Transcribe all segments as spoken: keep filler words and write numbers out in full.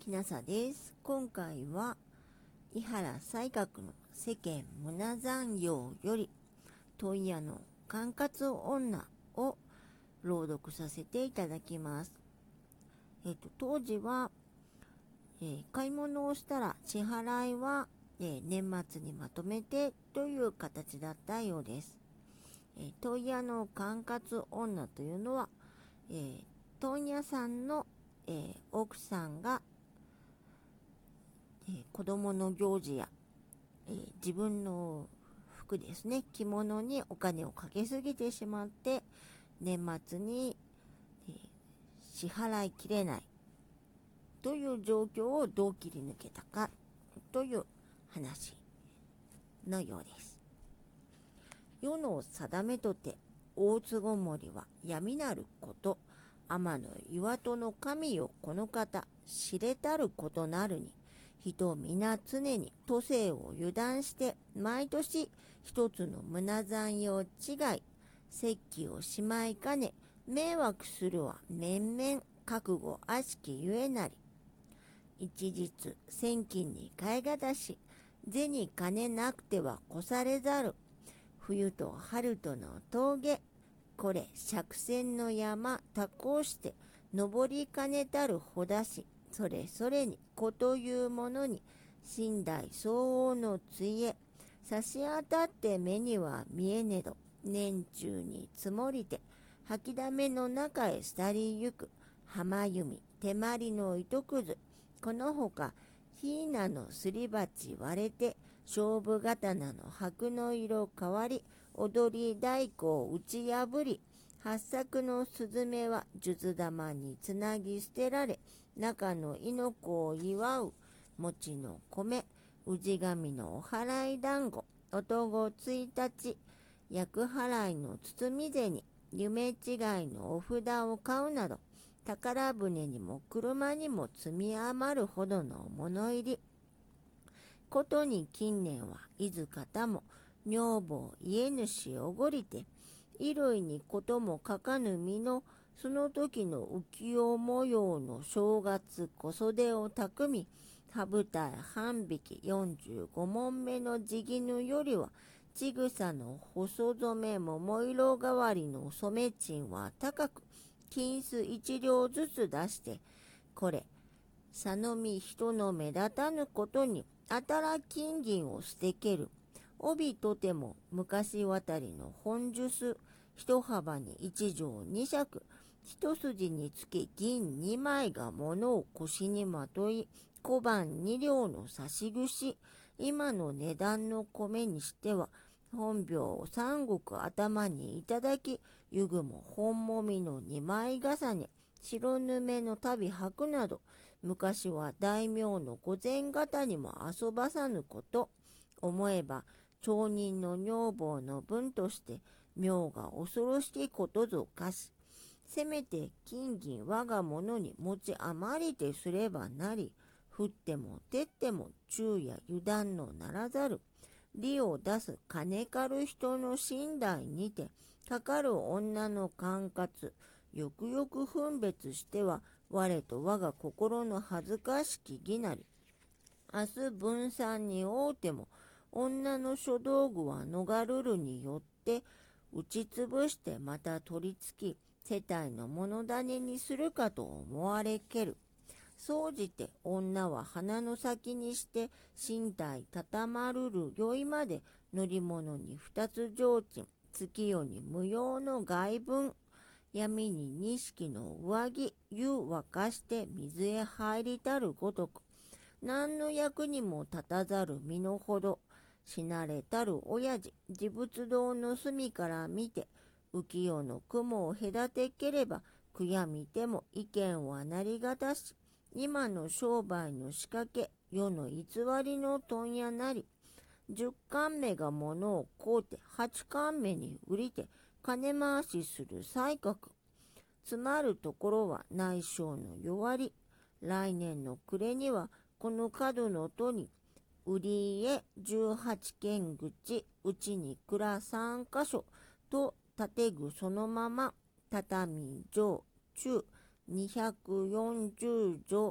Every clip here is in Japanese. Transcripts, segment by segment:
きなさです。今回は井原西鶴の世間胸残業より問屋の管轄女を朗読させていただきます。えっと当時は、えー買い物をしたら支払いは、えー年末にまとめてという形だったようです。えー問屋の管轄女というのは、えー問屋さんの、えー奥さんがえー子供の行事や、えー自分の服ですね、着物にお金をかけすぎてしまって年末に、えー支払いきれないという状況をどう切り抜けたかという話のようです。世の定めとて大巣ごもりは闇なること、天の岩戸の神よこの方知れたることなるに、人皆常に都政を油断して毎年一つの胸残用違い石器をしまいかね、迷惑するは面々覚悟あしきゆえなり、一日千金に買いがたし銭金なくては越されざる、冬と春との峠これ釈線の山多こうして登りかねたるほだし、それそれに子というものに身代相応の杖差し当たって目には見えねど、年中に積もりて吐きだめの中へ廃りゆく浜弓手まりの糸くず、このほかひなのすり鉢割れて勝負刀の白の色変わり、踊り太鼓を打ち破り、八作のスズメは数珠玉につなぎ捨てられ、中の猪子を祝う餅の米、氏神のお祓い団子、男ついたち、厄払いの包み銭、夢違いのお札を買うなど、宝船にも車にも積み余るほどの物入り。ことに近年はいず方も女房家主おごりて、衣類にこともかかぬ身のその時の浮世模様の正月小袖を巧み、羽舞台半引きよんじゅうごもんめの地絹よりは、ちぐさの細染め桃色代わりの染め賃は高く、金子一両ずつ出して、これ、さのみ人の目立たぬことに、あたら金銀を捨てける。帯とても昔渡りの本数、一幅に一畳二尺、一筋につき銀二枚が物を腰にまとい、小判二両の差し串、今の値段の米にしては、本病を三石頭にいただき、ゆぐも本もみの二枚重ね、白ぬめの旅履くなど、昔は大名の御前方にも遊ばさぬこと、思えば町人の女房の分として妙が恐ろしきことぞかし、せめて金銀我が物に持ち余りてすればなり、降っても照っても昼夜油断のならざる、利を出す金狩る人の身代にてかかる女の管轄、よくよく分別しては我と我が心の恥ずかしき儀なり、明日分散に会うても女の書道具は逃るるによって打ちつぶしてまた取り付き世帯の物種にするかと思われける。総じて女は鼻の先にして身体たたまるる酔いまで乗り物に二つ提灯、月夜に無用の外分、闇に錦の上着湯沸かして水へ入りたるごとく、何の役にも立たざる身のほど死なれたる親父、自仏堂の隅から見て浮世の雲を隔てければ悔やみても意見はなりがたし、今の商売の仕掛け世の偽りの問屋なり、十貫目が物を買うて八貫目に売りて金回しする才覚、つまるところは内省の弱り、来年の暮れにはこの角の戸に売り家十八軒口、うちに蔵三箇所と建具そのまま、畳上中二百四十畳、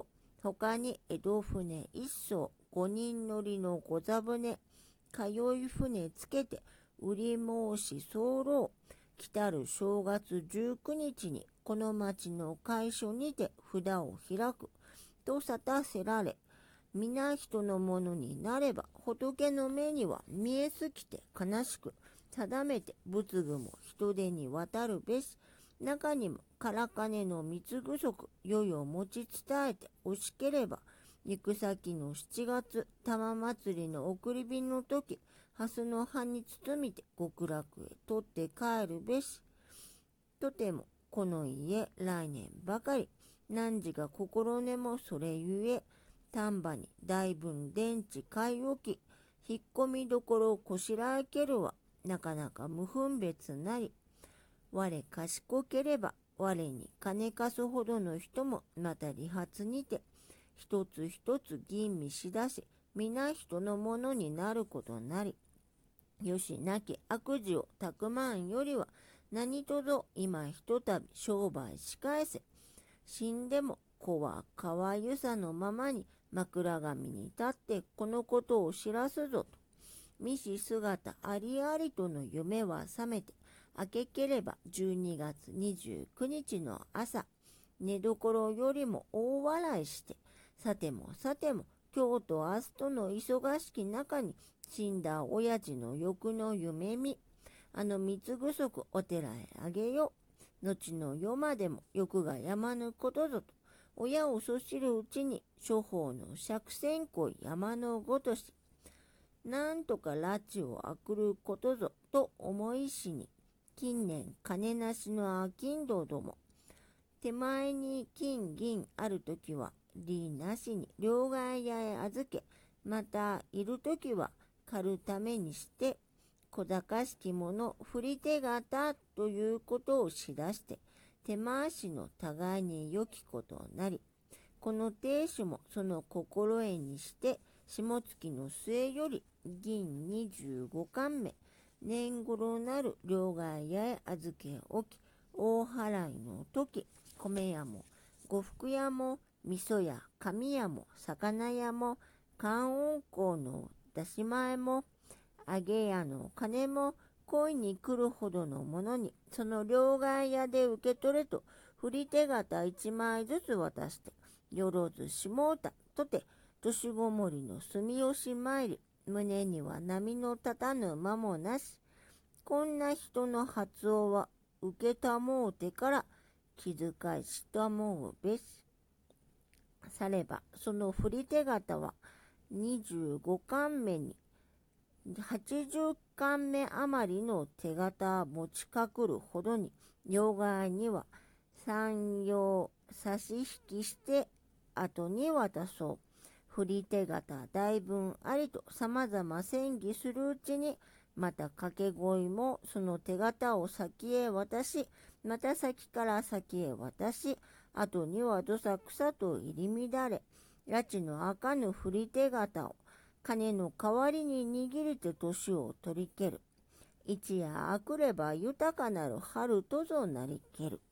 他に江戸船一艘、五人乗りの御座船、通い船つけて、売り申し候。来たる正月十九日に、この町の会所にて札を開く。とさたせられ、皆人のものになれば、仏の目には見えすぎて悲しく、定めて仏具も人手に渡るべし。中にもから金の蜜ぐそく、世々持ち伝えて惜しければ、行く先の七月、玉祭りの送り火の時、蓮の葉に包みて極楽へ取って帰るべし。とてもこの家来年ばかり、汝が心根もそれゆえ、丹波に大分電池買い置き、引っ込みどころをこしらえけるは、なかなか無分別なり。我賢ければ、我に金貸すほどの人もまた利発にて、一つ一つ吟味しだし、皆人のものになることなり。よしなき悪事をたくまんよりは、何とぞ今ひとたび商売し返せ。死んでも子はかわゆさのままに枕紙に立ってこのことを知らすぞと。見し姿ありありとの夢は覚めて、明けければじゅうにがつにじゅうくにちの朝、寝所よりも大笑いして、さてもさても今日と明日との忙しき中に死んだ親父の欲の夢見、あの蜜ぐそくお寺へあげよう。後の世までも欲がやまぬことぞと、親をそしるうちに諸法の釈せ恋山のごとし、なんとか拉致をあくることぞと思いしに、近年金なしの商人ども、手前に金銀あるときは利なしに両替屋へ預け、またいるときは借るためにして、小賢しき者振り手形ということをしだして、手回しの互いに良きことなり、この亭主もその心得にして、下月の末より銀にじゅうごかんめ、年頃なる両替屋へ預けおき、大払いの時、米屋も呉服屋も味噌屋紙屋も魚屋も観音香の出し前も揚げ屋の金も恋に来るほどのものに、その両替屋で受け取れと振り手形一枚ずつ渡して、よろずしもうたとて、年ごもりの住吉参り、胸には波の立たぬ間もなし。こんな人の発音は受けたもうてから気遣いしたもうべし。さればその振り手形はにじゅうごかんめにはちじゅっかんめ余りの手形持ちかくるほどに、両替には三両差し引きして後に渡そう。振り手形大分ありとさまざま戦議するうちに、また掛け声もその手形を先へ渡し、また先から先へ渡し、後にはどさくさと入り乱れ、拉致のあかぬ振り手形を金の代わりに握りて年を取りける。一夜あくれば豊かなる春とぞなりける。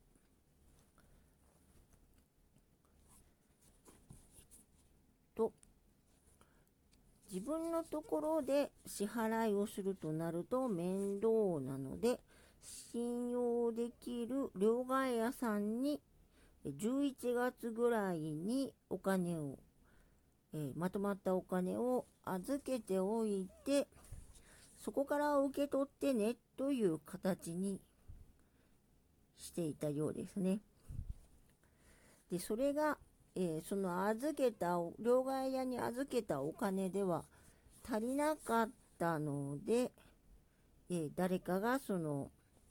と、自分のところで支払いをするとなると面倒なので、信用できる両替屋さんにじゅういちがつぐらいにお金を、えー、まとまったお金を預けておいて、そこから受け取ってねという形にしていたようですね。で、それが、えー、その預けた、両替屋に預けたお金では足りなかったので、えー、誰かがその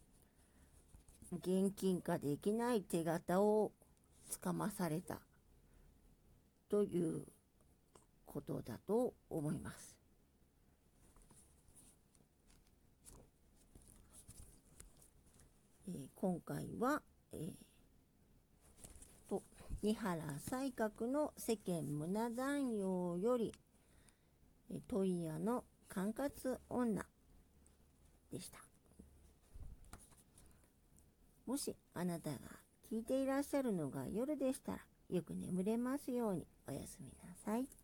現金化できない手形をつかまされたということだと思います。えー、今回は、えー、と二原西鶴の世間胸残用より、えー、問屋の管轄女でした。もしあなたが聞いていらっしゃるのが夜でしたら、 よく眠れますように。おやすみなさい。